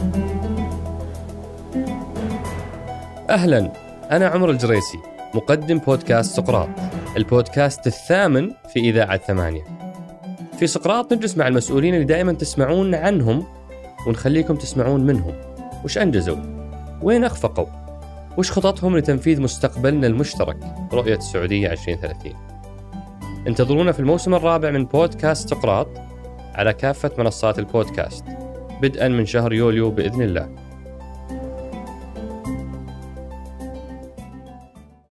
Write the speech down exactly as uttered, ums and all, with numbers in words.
أهلاً، أنا عمر الجريسي، مقدم بودكاست سقراط، البودكاست الثامن في إذاعة ثمانية. في سقراط نجلس مع المسؤولين اللي دائماً تسمعون عنهم ونخليكم تسمعون منهم. وش أنجزوا؟ وين أخفقوا؟ وش خططهم لتنفيذ مستقبلنا المشترك رؤية السعودية عشرين ثلاثين؟ انتظرونا في الموسم الرابع من بودكاست سقراط على كافة منصات البودكاست بدءاً من شهر يوليو بإذن الله.